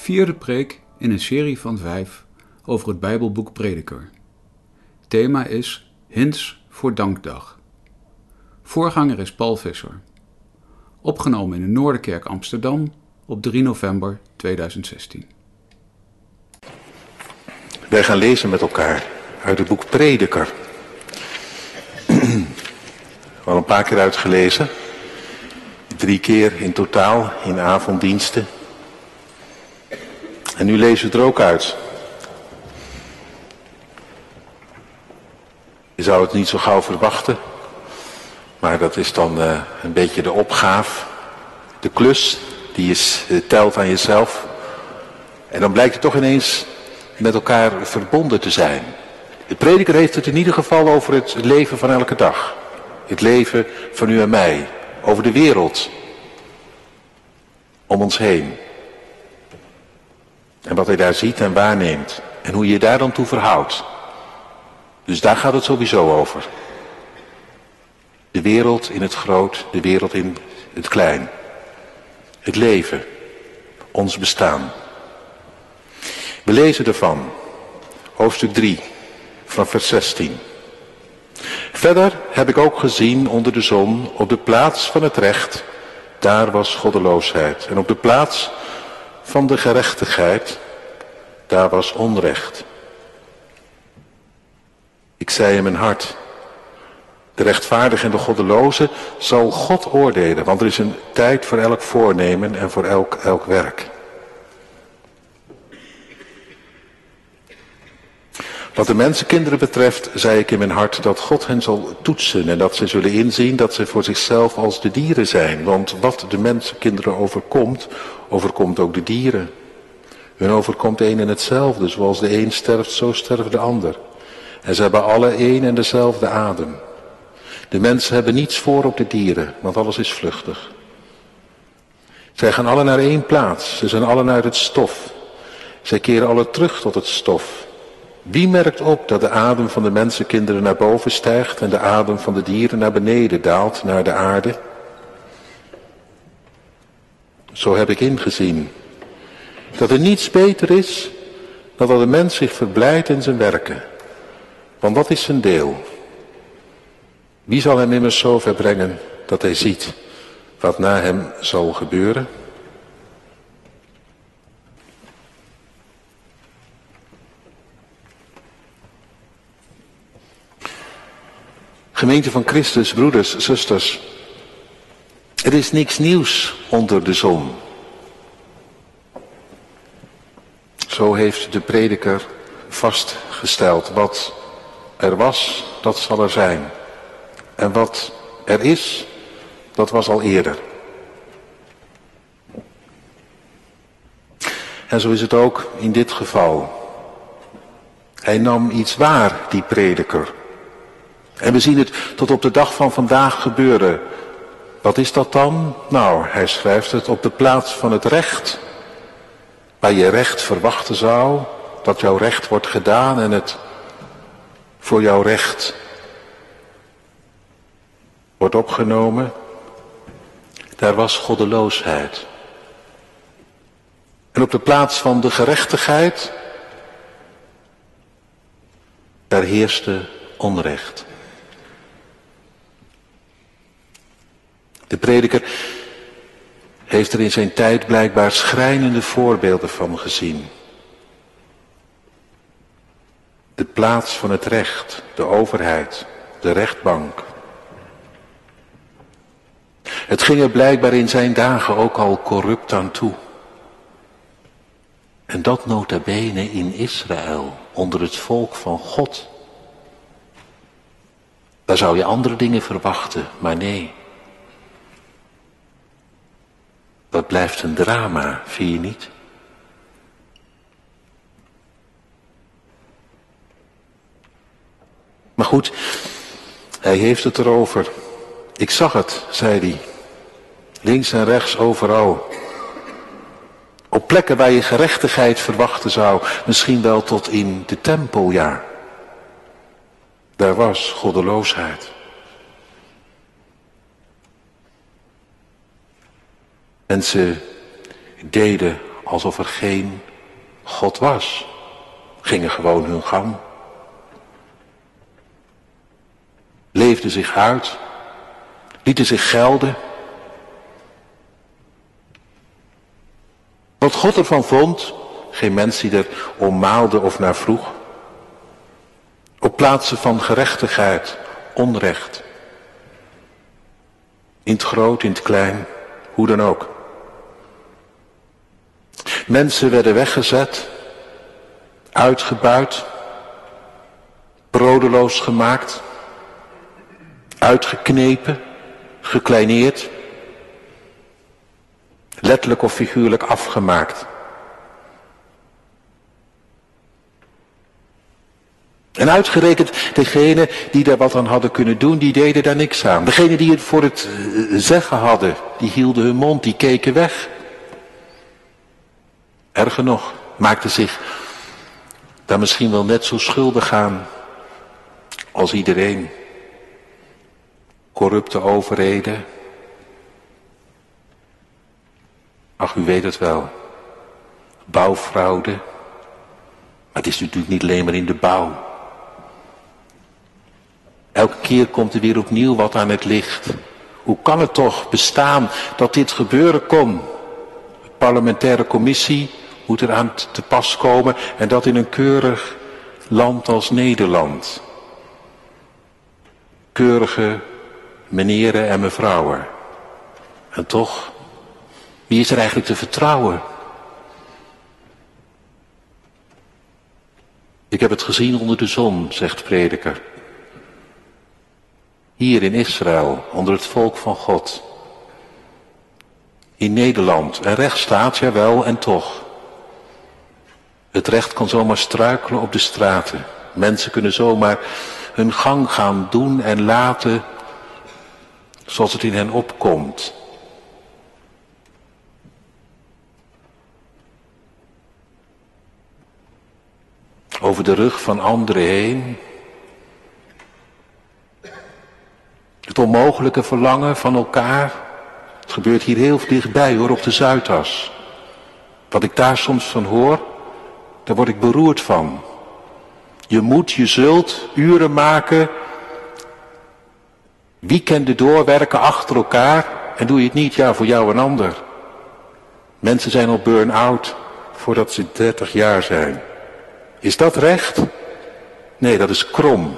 vierde preek in een serie van 5 over het Bijbelboek Prediker. Thema is Hints voor Dankdag. Voorganger is Paul Visser. Opgenomen in de Noorderkerk Amsterdam op 3 november 2016. Wij gaan lezen met elkaar uit het boek Prediker. Al een paar keer uitgelezen. 3 keer in totaal in avonddiensten. En nu lezen we het er ook uit. Je zou het niet zo gauw verwachten. Maar dat is dan een beetje de opgave. De klus die je telt aan jezelf. En dan blijkt het toch ineens met elkaar verbonden te zijn. De prediker heeft het in ieder geval over het leven van elke dag. Het leven van u en mij. Over de wereld. Om ons heen. En wat hij daar ziet en waarneemt. En hoe je je daar dan toe verhoudt. Dus daar gaat het sowieso over. De wereld in het groot, de wereld in het klein. Het leven. Ons bestaan. We lezen ervan. Hoofdstuk 3. Van vers 16. Verder heb ik ook gezien onder de zon op de plaats van het recht. Daar was goddeloosheid. En op de plaats van de gerechtigheid, daar was onrecht. Ik zei in mijn hart, de rechtvaardige en de goddeloze zal God oordelen, want er is een tijd voor elk voornemen en voor elk werk. Wat de mensenkinderen betreft, zei ik in mijn hart dat God hen zal toetsen en dat ze zullen inzien dat ze voor zichzelf als de dieren zijn. Want wat de mensenkinderen overkomt, overkomt ook de dieren. Hun overkomt één en hetzelfde, zoals de een sterft, zo sterft de ander. En ze hebben alle één en dezelfde adem. De mensen hebben niets voor op de dieren, want alles is vluchtig. Zij gaan alle naar één plaats, ze zijn allen uit het stof. Zij keren alle terug tot het stof. Wie merkt op dat de adem van de mensenkinderen naar boven stijgt en de adem van de dieren naar beneden daalt, naar de aarde? Zo heb ik ingezien dat er niets beter is dan dat de mens zich verblijdt in zijn werken. Want dat is zijn deel. Wie zal hem immers zo ver brengen dat hij ziet wat na hem zal gebeuren? Gemeente van Christus, broeders, zusters. Er is niks nieuws onder de zon. Zo heeft de prediker vastgesteld. Wat er was, dat zal er zijn. En wat er is, dat was al eerder. En zo is het ook in dit geval. Hij nam iets waar, die prediker. En we zien het tot op de dag van vandaag gebeuren. Wat is dat dan? Nou, hij schrijft het op de plaats van het recht. Waar je recht verwachten zou, dat jouw recht wordt gedaan en het voor jouw recht wordt opgenomen. Daar was goddeloosheid. En op de plaats van de gerechtigheid, daar heerste onrecht. De prediker heeft er in zijn tijd blijkbaar schrijnende voorbeelden van gezien. De plaats van het recht, de overheid, de rechtbank. Het ging er blijkbaar in zijn dagen ook al corrupt aan toe. En dat nota bene in Israël, onder het volk van God. Daar zou je andere dingen verwachten, maar nee. Dat blijft een drama, vind je niet? Maar goed, hij heeft het erover. Ik zag het, zei hij. Links en rechts overal. Op plekken waar je gerechtigheid verwachten zou. Misschien wel tot in de tempel, ja. Daar was goddeloosheid. En ze deden alsof er geen God was. Gingen gewoon hun gang. Leefden zich uit. Lieten zich gelden. Wat God ervan vond, geen mens die er om maalde of naar vroeg. Op plaatsen van gerechtigheid, onrecht. In het groot, in het klein, hoe dan ook. Mensen werden weggezet, uitgebuit, broodeloos gemaakt, uitgeknepen, gekleineerd, letterlijk of figuurlijk afgemaakt. En uitgerekend degenen die daar wat aan hadden kunnen doen, die deden daar niks aan. Degenen die het voor het zeggen hadden, die hielden hun mond, die keken weg. Erger nog, maakten zich daar misschien wel net zo schuldig aan als iedereen. Corrupte overheden. Ach, u weet het wel. Bouwfraude. Maar het is natuurlijk niet alleen maar in de bouw. Elke keer komt er weer opnieuw wat aan het licht. Hoe kan het toch bestaan dat dit gebeuren kon? De parlementaire commissie moet eraan te pas komen en dat in een keurig land als Nederland. Keurige meneren en mevrouwen. En toch, wie is er eigenlijk te vertrouwen? Ik heb het gezien onder de zon, zegt prediker. Hier in Israël, onder het volk van God. In Nederland, een rechtsstaat, jawel, en toch. Het recht kan zomaar struikelen op de straten. Mensen kunnen zomaar hun gang gaan doen en laten zoals het in hen opkomt. Over de rug van anderen heen. Het onmogelijke verlangen van elkaar. Het gebeurt hier heel dichtbij hoor, op de Zuidas. Wat ik daar soms van hoor, daar word ik beroerd van. Je moet, je zult uren maken, weekenden doorwerken achter elkaar en doe je het niet, ja, voor jou en ander. Mensen zijn al burn-out voordat ze 30 jaar zijn. Is dat recht? Nee, dat is krom.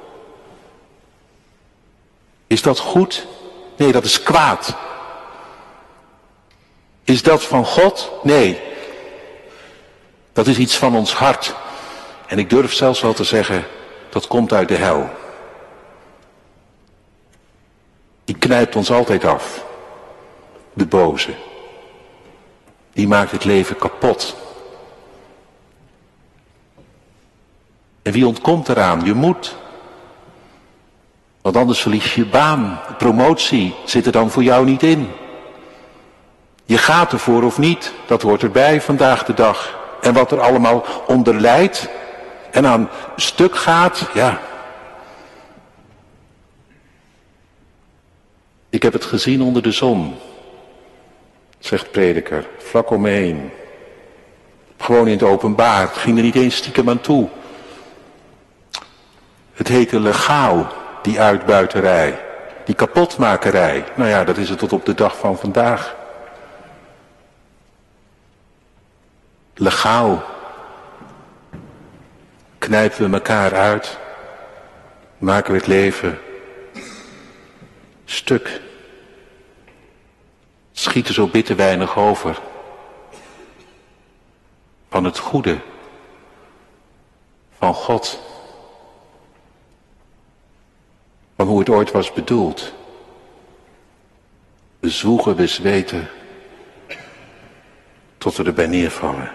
Is dat goed? Nee, dat is kwaad. Is dat van God? Nee. Dat is iets van ons hart. En ik durf zelfs wel te zeggen, dat komt uit de hel. Die knijpt ons altijd af. De boze. Die maakt het leven kapot. En wie ontkomt eraan? Je moet. Want anders verlies je baan. Promotie zit er dan voor jou niet in. Je gaat ervoor of niet, dat hoort erbij vandaag de dag. En wat er allemaal onder lijdt en aan stuk gaat, ja. Ik heb het gezien onder de zon, zegt prediker, vlak om me heen. Gewoon in het openbaar, het ging er niet eens stiekem aan toe. Het heette legaal, die uitbuiterij, die kapotmakerij. Nou ja, dat is het tot op de dag van vandaag. Legaal knijpen we elkaar uit, maken we het leven stuk. Schieten zo bitter weinig over van het goede van God. Van hoe het ooit was bedoeld. We zwoegen, we zweten, tot we erbij neervallen.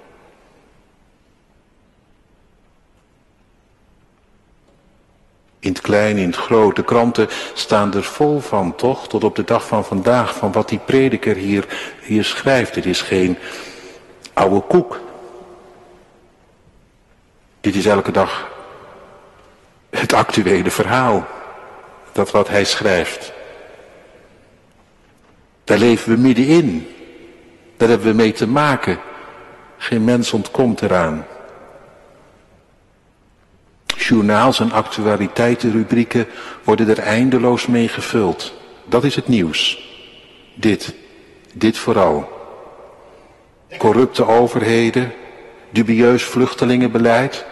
In het klein, in het groot, de kranten staan er vol van, toch? Tot op de dag van vandaag, van wat die prediker hier schrijft. Dit is geen oude koek. Dit is elke dag het actuele verhaal. Dat wat hij schrijft. Daar leven we middenin. Daar hebben we mee te maken. Geen mens ontkomt eraan. Journaals en actualiteitenrubrieken worden er eindeloos mee gevuld. Dat is het nieuws. Dit vooral. Corrupte overheden, dubieus vluchtelingenbeleid,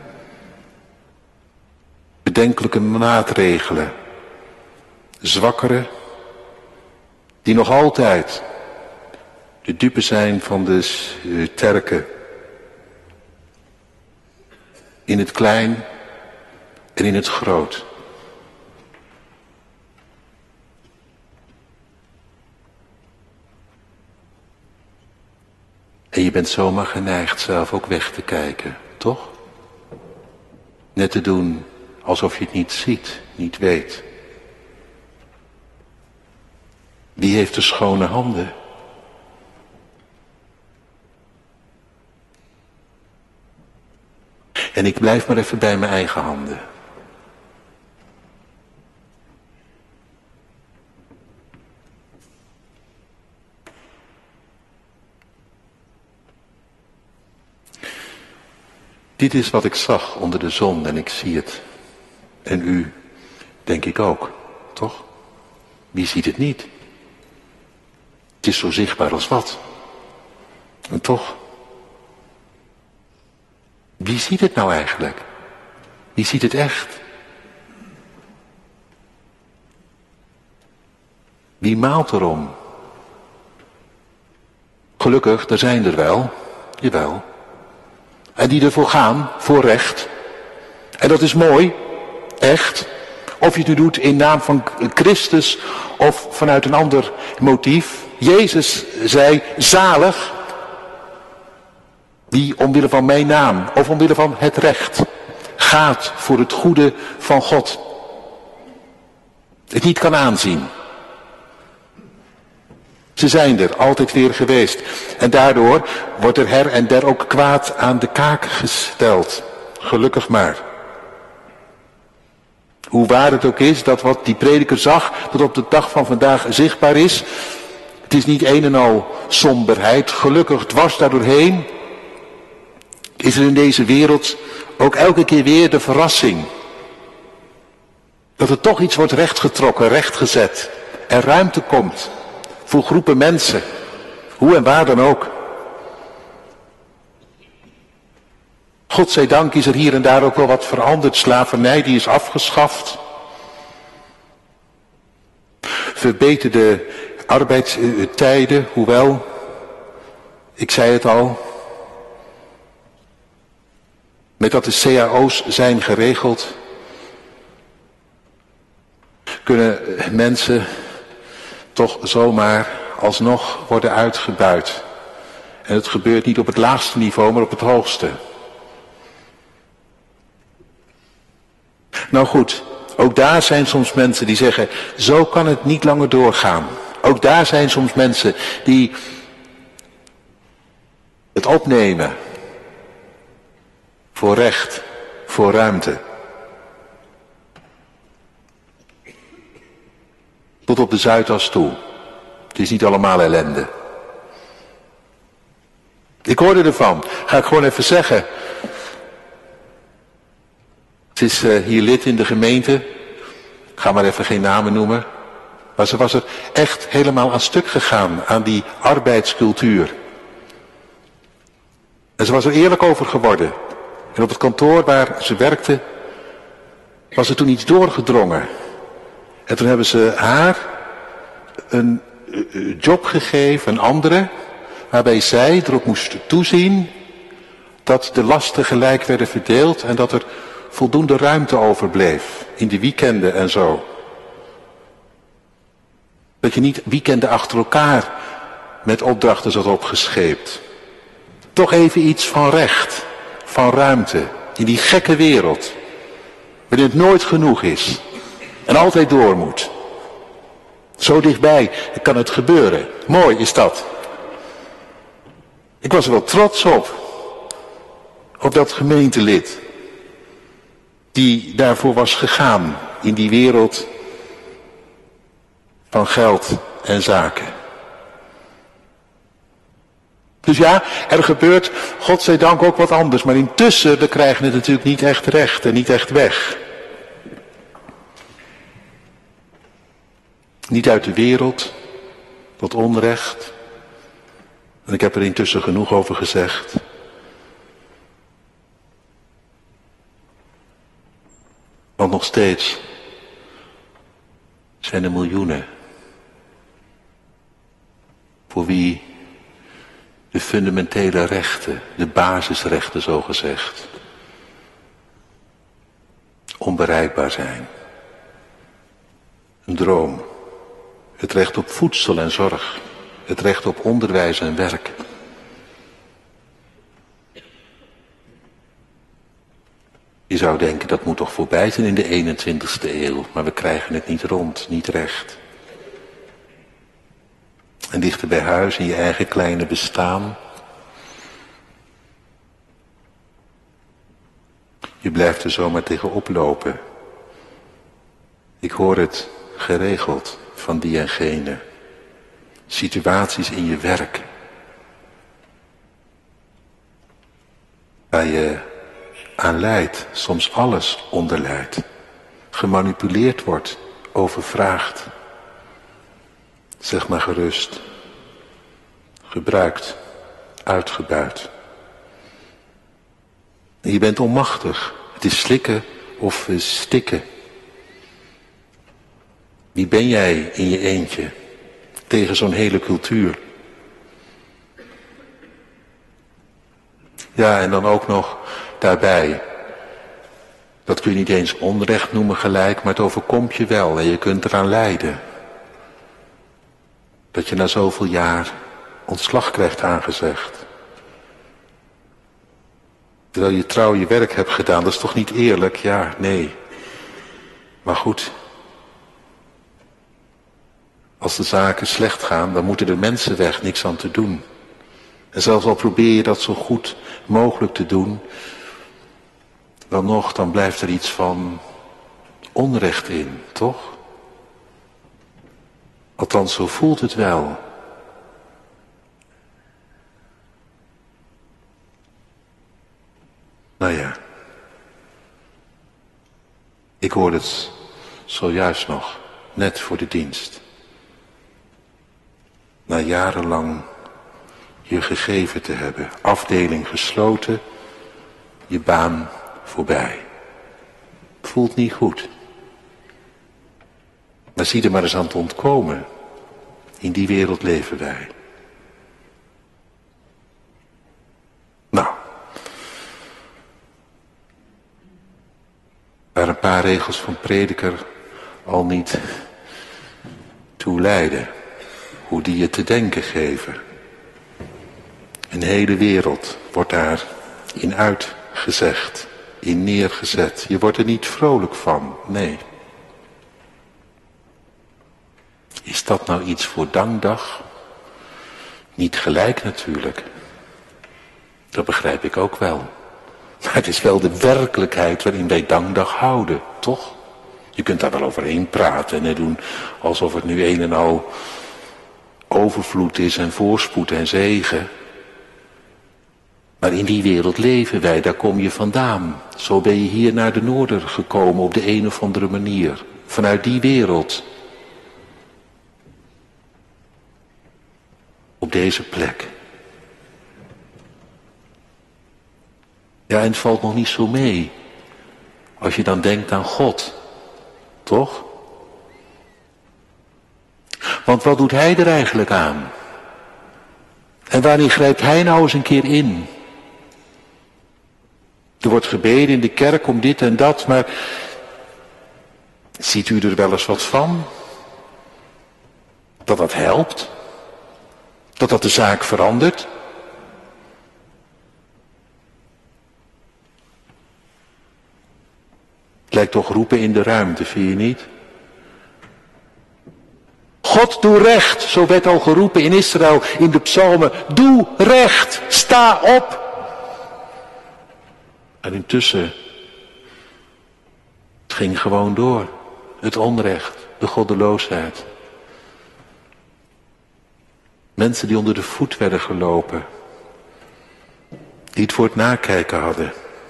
bedenkelijke maatregelen, zwakkeren die nog altijd de dupe zijn van de sterken. In het klein en in het groot. En je bent zomaar geneigd zelf ook weg te kijken, toch? Net te doen alsof je het niet ziet, niet weet. Wie heeft de schone handen? En ik blijf maar even bij mijn eigen handen. Dit is wat ik zag onder de zon en ik zie het. En u, denk ik ook, toch? Wie ziet het niet? Het is zo zichtbaar als wat. En toch? Wie ziet het nou eigenlijk? Wie ziet het echt? Wie maalt erom? Gelukkig, er zijn er wel. Jawel. En die ervoor gaan, voor recht. En dat is mooi, echt. Of je het nu doet in naam van Christus of vanuit een ander motief. Jezus zei, zalig, die omwille van mijn naam of omwille van het recht gaat voor het goede van God. Het niet kan aanzien. Ze zijn er altijd weer geweest. En daardoor wordt er her en der ook kwaad aan de kaak gesteld. Gelukkig maar. Hoe waar het ook is dat wat die prediker zag, dat op de dag van vandaag zichtbaar is. Het is niet een en al somberheid. Gelukkig dwars daardoorheen is er in deze wereld ook elke keer weer de verrassing. Dat er toch iets wordt rechtgetrokken, rechtgezet. En ruimte komt. Voor groepen mensen. Hoe en waar dan ook. Godzijdank is er hier en daar ook wel wat veranderd. Slavernij die is afgeschaft. Verbeterde arbeidstijden, hoewel, ik zei het al, met dat de cao's zijn geregeld, kunnen mensen toch zomaar alsnog worden uitgebuit. En het gebeurt niet op het laagste niveau, maar op het hoogste. Nou goed, ook daar zijn soms mensen die zeggen, zo kan het niet langer doorgaan. Ook daar zijn soms mensen die het opnemen voor recht, voor ruimte. Tot op de Zuidas toe. Het is niet allemaal ellende. Ik hoorde ervan. Ga ik gewoon even zeggen. Het is hier lid in de gemeente. Ik ga maar even geen namen noemen. Maar ze was er echt helemaal aan stuk gegaan aan die arbeidscultuur. En ze was er eerlijk over geworden. En op het kantoor waar ze werkte, was er toen iets doorgedrongen. En toen hebben ze haar een job gegeven, een andere, waarbij zij erop moest toezien dat de lasten gelijk werden verdeeld en dat er voldoende ruimte overbleef in de weekenden en zo. Dat je niet weekenden achter elkaar met opdrachten zat opgescheept. Toch even iets van recht, van ruimte, in die gekke wereld, waarin het nooit genoeg is en altijd door moet. Zo dichtbij kan het gebeuren. Mooi is dat. Ik was er wel trots op dat gemeentelid, die daarvoor was gegaan in die wereld van geld en zaken. Dus ja, er gebeurt, godzijdank, ook wat anders. Maar intussen, we krijgen het natuurlijk niet echt recht en niet echt weg. Niet uit de wereld, dat onrecht. En ik heb er intussen genoeg over gezegd. Want nog steeds zijn er miljoenen voor wie de fundamentele rechten, de basisrechten zogezegd, onbereikbaar zijn. Een droom, het recht op voedsel en zorg, het recht op onderwijs en werk. Je zou denken, dat moet toch voorbij zijn in de 21ste eeuw, maar we krijgen het niet rond, niet recht. En dichter bij huis in je eigen kleine bestaan. Je blijft er zomaar tegenop lopen. Ik hoor het geregeld van die en gene. Situaties in je werk. Waar je aan lijdt, soms alles onder lijdt. Gemanipuleerd wordt, overvraagd. Zeg maar gerust. Gebruikt, uitgebuit. En je bent onmachtig. Het is slikken of stikken. Wie ben jij in je eentje tegen zo'n hele cultuur? Ja, en dan ook nog daarbij. Dat kun je niet eens onrecht noemen gelijk, maar het overkomt je wel en je kunt eraan lijden. Dat je na zoveel jaar ontslag krijgt aangezegd. Terwijl je trouw je werk hebt gedaan, dat is toch niet eerlijk? Ja, nee. Maar goed. Als de zaken slecht gaan, dan moeten er mensen weg, niks aan te doen. En zelfs al probeer je dat zo goed mogelijk te doen, dan blijft er iets van onrecht in, toch? Althans, zo voelt het wel. Nou ja, ik hoorde het zojuist nog, net voor de dienst. Na jarenlang je gegeven te hebben, afdeling gesloten, je baan voorbij. Voelt niet goed. Maar zie er maar eens aan te ontkomen. In die wereld leven wij. Nou. Waar een paar regels van Prediker al niet toe leiden. Hoe die je te denken geven. Een hele wereld wordt daarin uitgezegd. In neergezet. Je wordt er niet vrolijk van. Nee. Is dat nou iets voor dankdag? Niet gelijk natuurlijk. Dat begrijp ik ook wel. Maar het is wel de werkelijkheid waarin wij dankdag houden, toch? Je kunt daar wel overheen praten en doen alsof het nu een en al overvloed is en voorspoed en zegen. Maar in die wereld leven wij, daar kom je vandaan. Zo ben je hier naar de Noorder gekomen op de een of andere manier. Vanuit die wereld. Op deze plek. Ja, en het valt nog niet zo mee. Als je dan denkt aan God. Toch? Want wat doet hij er eigenlijk aan? En wanneer grijpt hij nou eens een keer in? Er wordt gebeden in de kerk om dit en dat, maar ziet u er wel eens wat van? Dat dat helpt? Dat de zaak verandert? Het lijkt toch roepen in de ruimte, vind je niet? God, doe recht, zo werd al geroepen in Israël in de psalmen. Doe recht, sta op. En intussen, het ging gewoon door. Het onrecht, de goddeloosheid. Mensen die onder de voet werden gelopen. die het voor het nakijken hadden.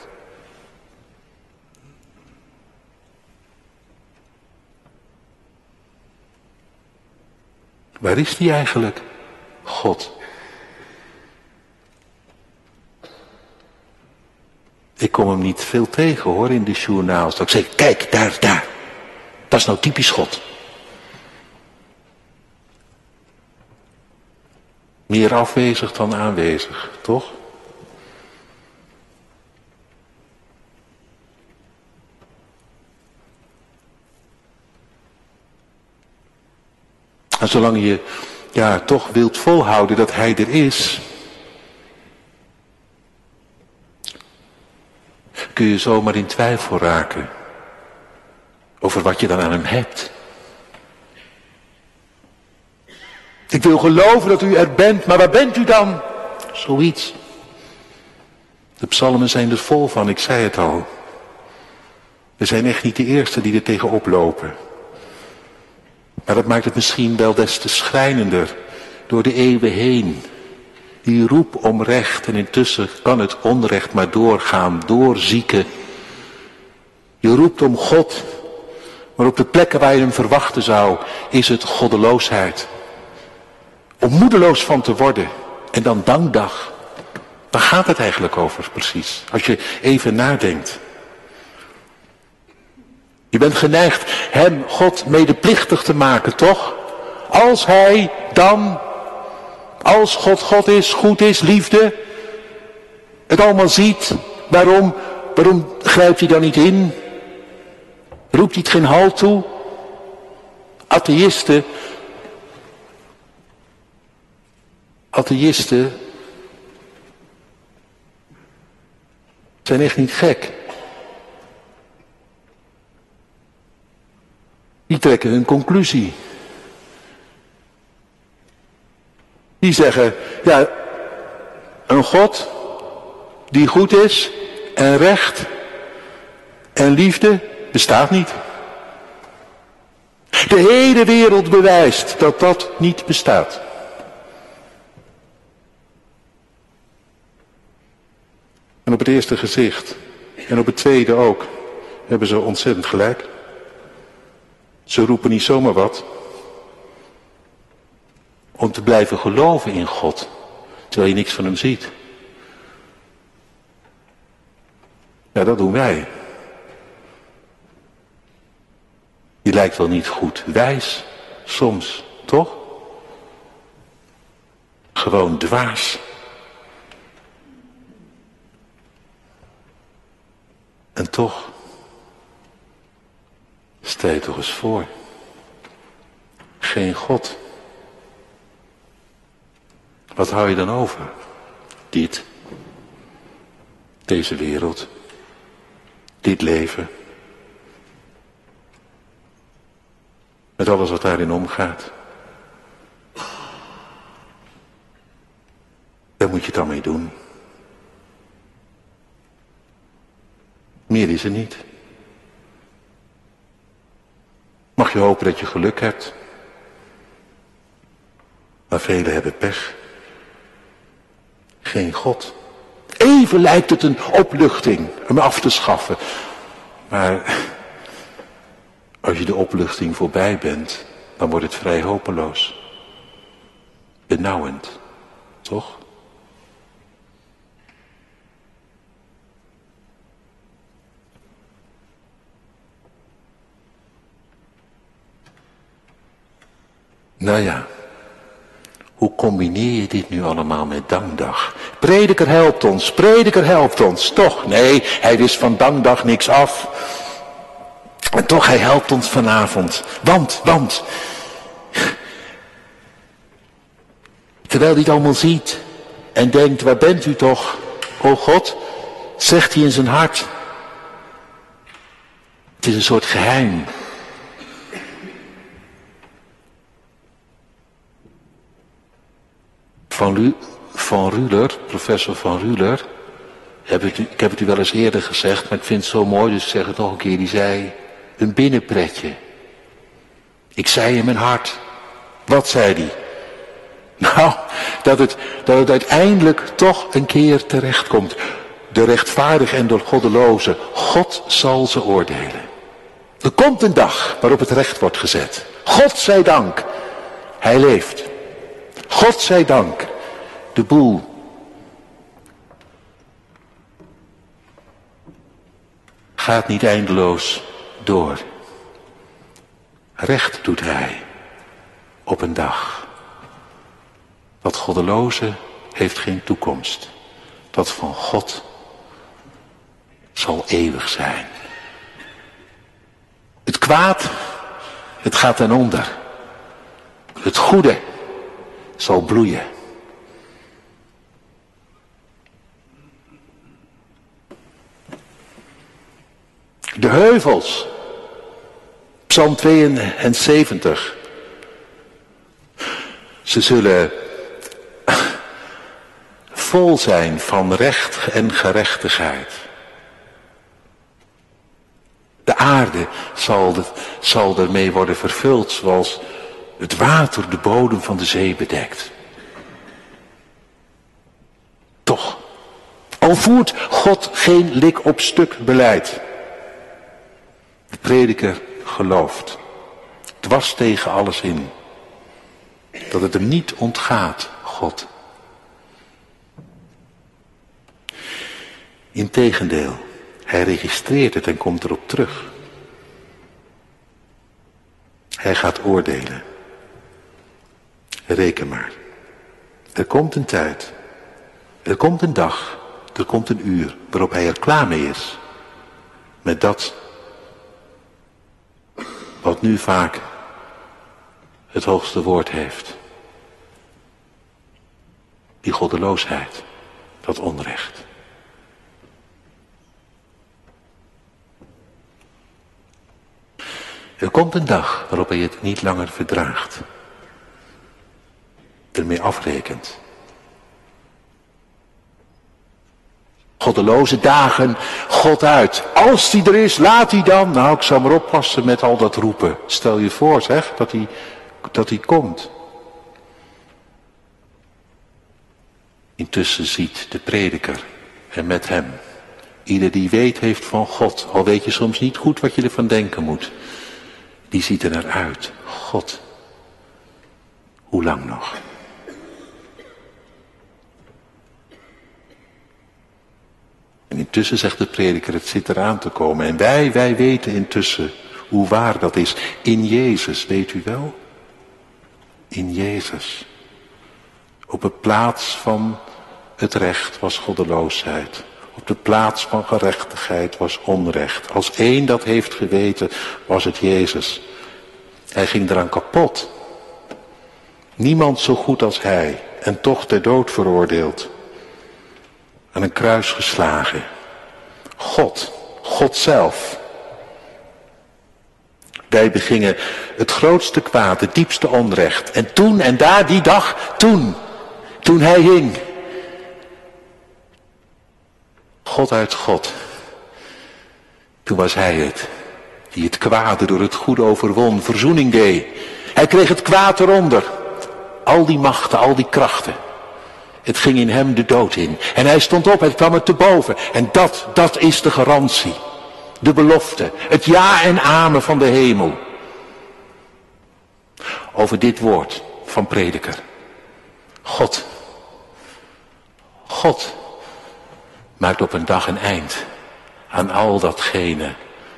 Waar is die eigenlijk, God? Ik kom hem niet veel tegen hoor in de journaals. Dat ik zeg, kijk, daar. Dat is nou typisch God. Meer afwezig dan aanwezig, toch? En zolang je toch wilt volhouden dat hij er is, kun je zomaar in twijfel raken over wat je dan aan hem hebt. Ik wil geloven dat u er bent, maar waar bent u dan? Zoiets. De psalmen zijn er vol van, ik zei het al. We zijn echt niet de eerste die er tegenop lopen. Maar dat maakt het misschien wel des te schrijnender door de eeuwen heen. Die roep om recht en intussen kan het onrecht maar doorgaan, doorzieken. Je roept om God, maar op de plekken waar je hem verwachten zou, is het goddeloosheid. Om moedeloos van te worden en dan dankdag. Waar gaat het eigenlijk over precies, als je even nadenkt? Je bent geneigd hem, God, medeplichtig te maken, toch? Als hij dan, als God God is, goed is, liefde, het allemaal ziet, waarom grijpt hij dan niet in? Roept hij het geen halt toe? Atheïsten zijn echt niet gek. Die trekken hun conclusie. Die zeggen, een God die goed is en recht en liefde bestaat niet. De hele wereld bewijst dat dat niet bestaat. En op het eerste gezicht en op het tweede ook hebben ze ontzettend gelijk. Ze roepen niet zomaar wat om te blijven geloven in God, terwijl je niks van hem ziet. Ja, dat doen wij. Je lijkt wel niet goed wijs, soms, toch? Gewoon dwaas. En toch, stel je toch eens voor, geen God. Wat hou je dan over? Deze wereld, dit leven, met alles wat daarin omgaat. Daar moet je het dan mee doen. Meer is er niet. Mag je hopen dat je geluk hebt. Maar velen hebben pech. Geen God. Even lijkt het een opluchting hem af te schaffen. Maar als je de opluchting voorbij bent, dan wordt het vrij hopeloos. Benauwend. Toch? Nou ja, hoe combineer je dit nu allemaal met dankdag? Prediker helpt ons, toch? Nee, hij wist van dankdag niks af. En toch, hij helpt ons vanavond. Want, terwijl hij het allemaal ziet en denkt, waar bent u toch, o God, zegt hij in zijn hart. Het is een soort geheim. Van Ruler, professor Van Ruler, ik heb het u wel eens eerder gezegd, maar ik vind het zo mooi, dus ik zeg het nog een keer, die zei, een binnenpretje. Ik zei in mijn hart, wat zei hij? Nou, dat het uiteindelijk toch een keer terechtkomt. De rechtvaardige en de goddeloze, God zal ze oordelen. Er komt een dag waarop het recht wordt gezet. God zij dank, hij leeft. God zij dank, de boel gaat niet eindeloos door. Recht doet hij op een dag. Dat goddeloze heeft geen toekomst. Dat van God zal eeuwig zijn. Het kwaad, het gaat ten onder. Het goede zal bloeien. De heuvels, Psalm 72. Ze zullen vol zijn van recht en gerechtigheid. De aarde zal ermee worden vervuld zoals het water de bodem van de zee bedekt. Toch, al voert God geen lik op stuk beleid. De prediker gelooft, dwars tegen alles in, dat het hem niet ontgaat, God. Integendeel, hij registreert het en komt erop terug. Hij gaat oordelen. Reken maar. Er komt een tijd, er komt een dag, er komt een uur waarop hij er klaar mee is. Met dat wat nu vaak het hoogste woord heeft. Die goddeloosheid, dat onrecht. Er komt een dag waarop hij het niet langer verdraagt. Ermee afrekent. Goddeloze dagen God uit. Als die er is, laat die dan. Nou, ik zal maar oppassen met al dat roepen. Stel je voor, zeg, dat hij komt. Intussen ziet de prediker en met hem ieder die weet heeft van God, al weet je soms niet goed wat je ervan denken moet, die ziet er naar uit. God, hoe lang nog? En intussen zegt de prediker, het zit eraan te komen. En wij weten intussen hoe waar dat is. In Jezus, weet u wel? In Jezus. Op de plaats van het recht was goddeloosheid. Op de plaats van gerechtigheid was onrecht. Als één dat heeft geweten, was het Jezus. Hij ging eraan kapot. Niemand zo goed als hij. En toch ter dood veroordeeld. Aan een kruis geslagen. God zelf. Wij begingen het grootste kwaad, het diepste onrecht. En toen, en daar die dag, toen hij hing. God uit God. Toen was hij het, die het kwade door het goede overwon, verzoening deed. Hij kreeg het kwaad eronder. Al die machten, al die krachten. Het ging in hem de dood in. En hij stond op, hij kwam er te boven. En dat is de garantie. De belofte. Het ja en amen van de hemel. Over dit woord van prediker. God maakt op een dag een eind aan al datgene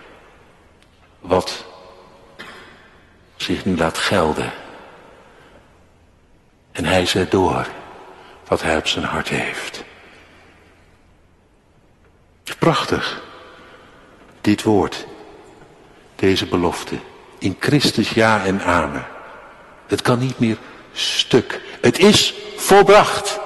wat zich nu laat gelden. En hij zet door wat hij op zijn hart heeft. Prachtig. Dit woord. Deze belofte. In Christus ja en amen. Het kan niet meer stuk. Het is volbracht.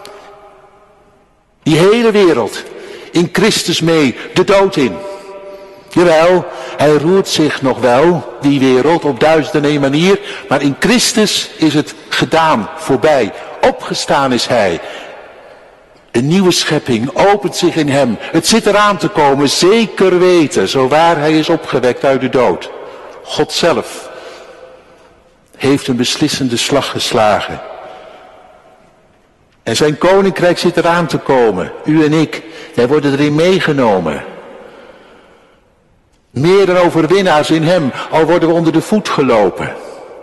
Die hele wereld. In Christus mee. De dood in. Jawel, hij roert zich nog wel, die wereld, op 1001 manier. Maar in Christus is het gedaan, voorbij. Opgestaan is hij. Een nieuwe schepping opent zich in hem. Het zit eraan te komen, zeker weten, zowaar hij is opgewekt uit de dood. God zelf heeft een beslissende slag geslagen. En zijn koninkrijk zit eraan te komen. U en ik, wij worden erin meegenomen. Meer dan overwinnaars in hem, al worden we onder de voet gelopen.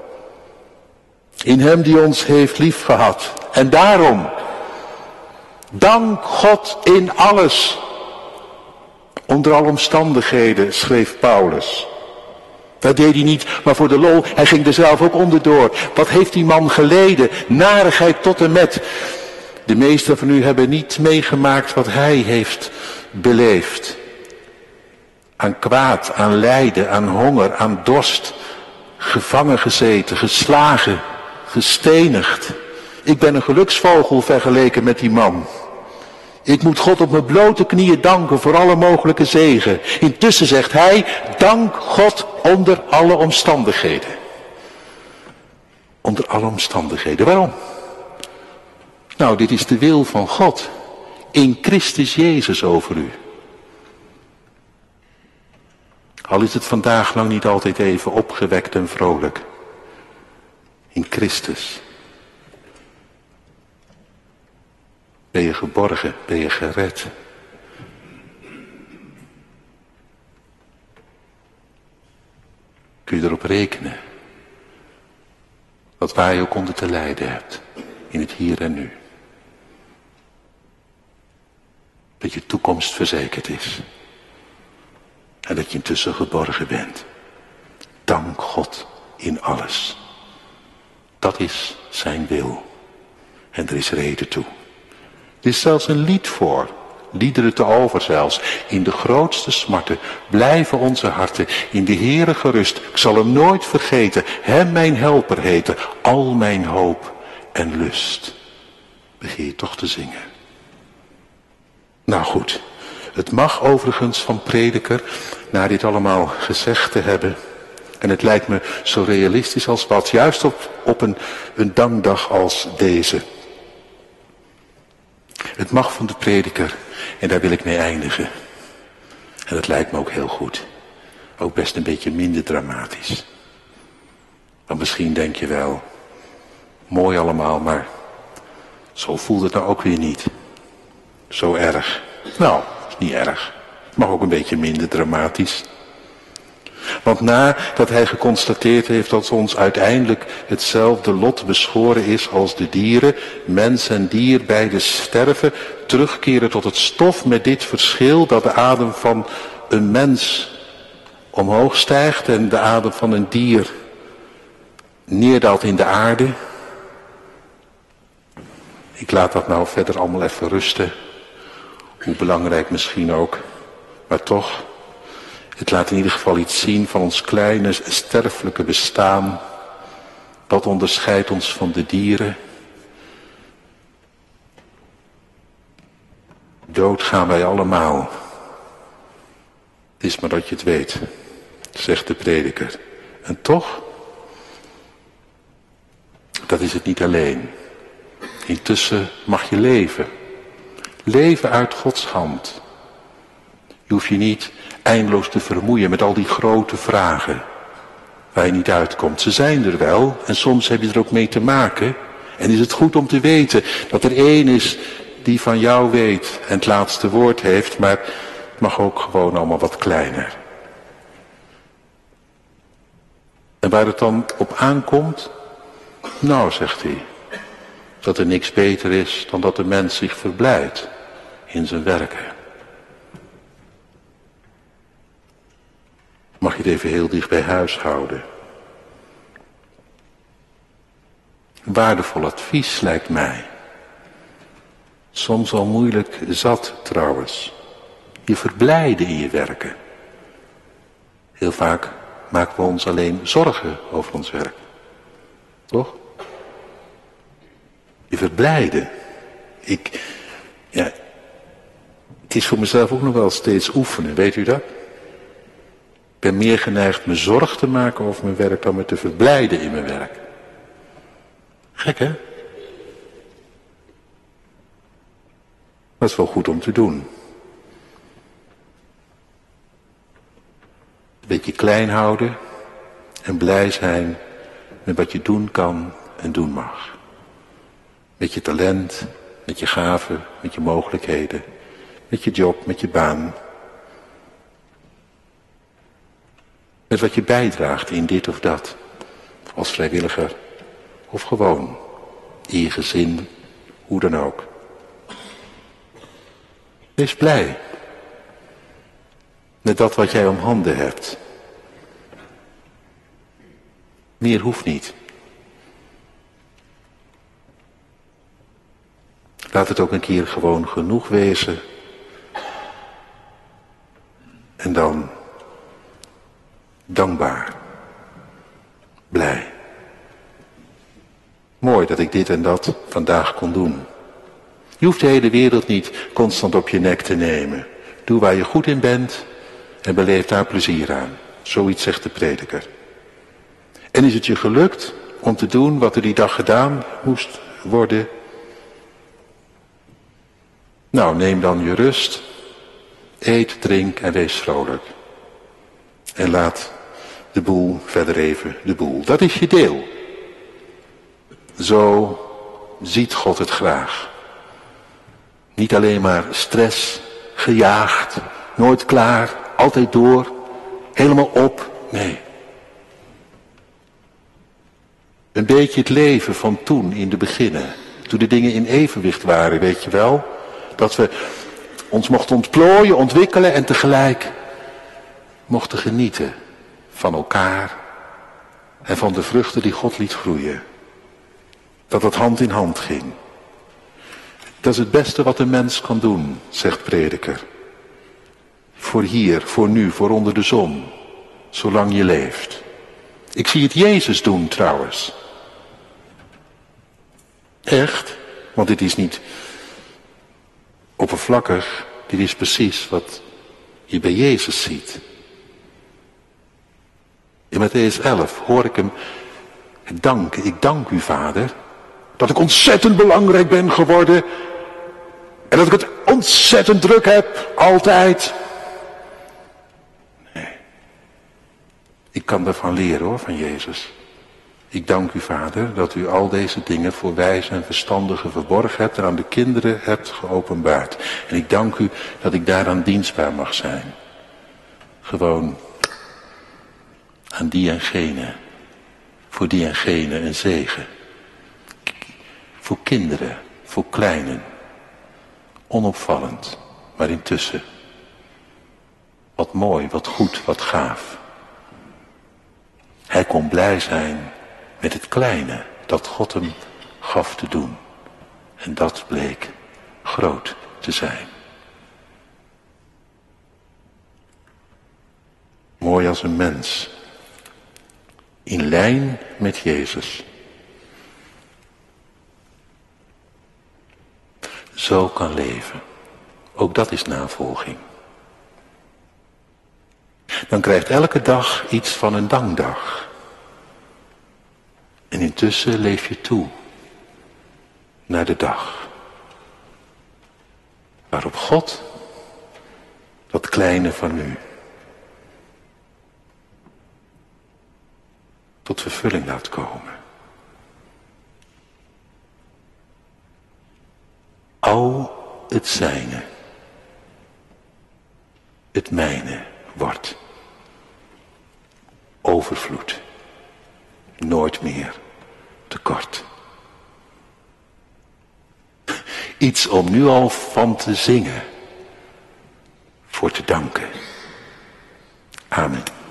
In hem die ons heeft liefgehad. En daarom, dank God in alles. Onder alle omstandigheden, schreef Paulus. Dat deed hij niet, maar voor de lol, hij ging er zelf ook onderdoor. Wat heeft die man geleden? Narigheid tot en met. De meesten van u hebben niet meegemaakt wat hij heeft beleefd. Aan kwaad, aan lijden, aan honger, aan dorst. Gevangen gezeten, geslagen, gestenigd. Ik ben een geluksvogel vergeleken met die man. Ik moet God op mijn blote knieën danken voor alle mogelijke zegen. Intussen zegt hij, dank God onder alle omstandigheden. Onder alle omstandigheden. Waarom? Nou, dit is de wil van God. In Christus Jezus over u. Al is het vandaag lang niet altijd even opgewekt en vrolijk. In Christus. Ben je geborgen, ben je gered. Kun je erop rekenen. Dat waar je ook onder te lijden hebt. In het hier en nu. Dat je toekomst verzekerd is. En dat je intussen geborgen bent. Dank God in alles. Dat is zijn wil. En er is reden toe. Er is zelfs een lied voor. Liederen te over zelfs. In de grootste smarten blijven onze harten in de Heere gerust. Ik zal hem nooit vergeten. Hem mijn helper heten. Al mijn hoop en lust. Begeer je toch te zingen. Nou goed. Het mag overigens van prediker, na dit allemaal gezegd te hebben. En het lijkt me zo realistisch als wat. Juist op een dankdag als deze. Het mag van de prediker. En daar wil ik mee eindigen. En dat lijkt me ook heel goed. Ook best een beetje minder dramatisch. Want misschien denk je wel. Mooi allemaal, maar zo voelt het nou ook weer niet. Zo erg. Nou, is niet erg. Het mag ook een beetje minder dramatisch. Want nadat hij geconstateerd heeft dat ons uiteindelijk hetzelfde lot beschoren is als de dieren, mens en dier beide sterven, terugkeren tot het stof met dit verschil dat de adem van een mens omhoog stijgt en de adem van een dier neerdaalt in de aarde. Ik laat dat nou verder allemaal even rusten. Hoe belangrijk misschien ook, maar toch. Het laat in ieder geval iets zien van ons kleine sterfelijke bestaan. Wat onderscheidt ons van de dieren. Dood gaan wij allemaal. Het is maar dat je het weet, zegt de prediker. En toch, dat is het niet alleen. Intussen mag je leven. Leven uit Gods hand. Je hoeft je niet eindeloos te vermoeien met al die grote vragen waar je niet uitkomt. Ze zijn er wel en soms heb je er ook mee te maken. En is het goed om te weten dat er één is die van jou weet en het laatste woord heeft, maar het mag ook gewoon allemaal wat kleiner. En waar het dan op aankomt, nou, zegt hij, dat er niks beter is dan dat de mens zich verblijdt in zijn werken. Mag je het even heel dicht bij huis houden. Waardevol advies lijkt mij. Soms al moeilijk zat trouwens. Je verblijden in je werken. Heel vaak maken we ons alleen zorgen over ons werk. Toch? Je verblijden. Het is voor mezelf ook nog wel steeds oefenen, weet u dat? Ik ben meer geneigd me zorg te maken over mijn werk dan me te verblijden in mijn werk. Gek, hè? Dat is wel goed om te doen. Een beetje klein houden en blij zijn met wat je doen kan en doen mag. Met je talent, met je gaven, met je mogelijkheden, met je job, met je baan. Met wat je bijdraagt in dit of dat. Als vrijwilliger of gewoon in je gezin, hoe dan ook. Wees blij met dat wat jij om handen hebt. Meer hoeft niet. Laat het ook een keer gewoon genoeg wezen. En dan dankbaar. Blij. Mooi dat ik dit en dat vandaag kon doen. Je hoeft de hele wereld niet constant op je nek te nemen. Doe waar je goed in bent en beleef daar plezier aan. Zoiets zegt de prediker. En is het je gelukt om te doen wat er die dag gedaan moest worden? Nou, neem dan je rust. Eet, drink en wees vrolijk. En laat de boel verder even de boel. Dat is je deel. Zo ziet God het graag. Niet alleen maar stress, gejaagd, nooit klaar, altijd door, helemaal op. Nee. Een beetje het leven van toen in de beginnen. Toen de dingen in evenwicht waren, weet je wel. Dat we ons mochten ontplooien, ontwikkelen en tegelijk mochten genieten van elkaar en van de vruchten die God liet groeien. Dat het hand in hand ging. Dat is het beste wat een mens kan doen, zegt prediker. Voor hier, voor nu, voor onder de zon. Zolang je leeft. Ik zie het Jezus doen trouwens. Echt, want dit is niet oppervlakkig. Dit is precies wat je bij Jezus ziet. In Mattheüs 11 hoor ik hem danken. Ik dank u, Vader, dat ik ontzettend belangrijk ben geworden. En dat ik het ontzettend druk heb, altijd. Nee. Ik kan daarvan leren hoor, van Jezus. Ik dank u, Vader, dat u al deze dingen voor wijze en verstandigen verborgen hebt en aan de kinderen hebt geopenbaard. En ik dank u dat ik daaraan dienstbaar mag zijn. Gewoon aan die en gene, voor die en gene een zegen. Voor kinderen, voor kleinen. Onopvallend, maar intussen. Wat mooi, wat goed, wat gaaf. Hij kon blij zijn met het kleine dat God hem gaf te doen. En dat bleek groot te zijn. Mooi als een mens. In lijn met Jezus. Zo kan leven. Ook dat is navolging. Dan krijgt elke dag iets van een dankdag. En intussen leef je toe naar de dag waarop God dat kleine van u tot vervulling laat komen. Al het zijne, het mijne wordt overvloed. Nooit meer tekort. Iets om nu al van te zingen. Voor te danken. Amen.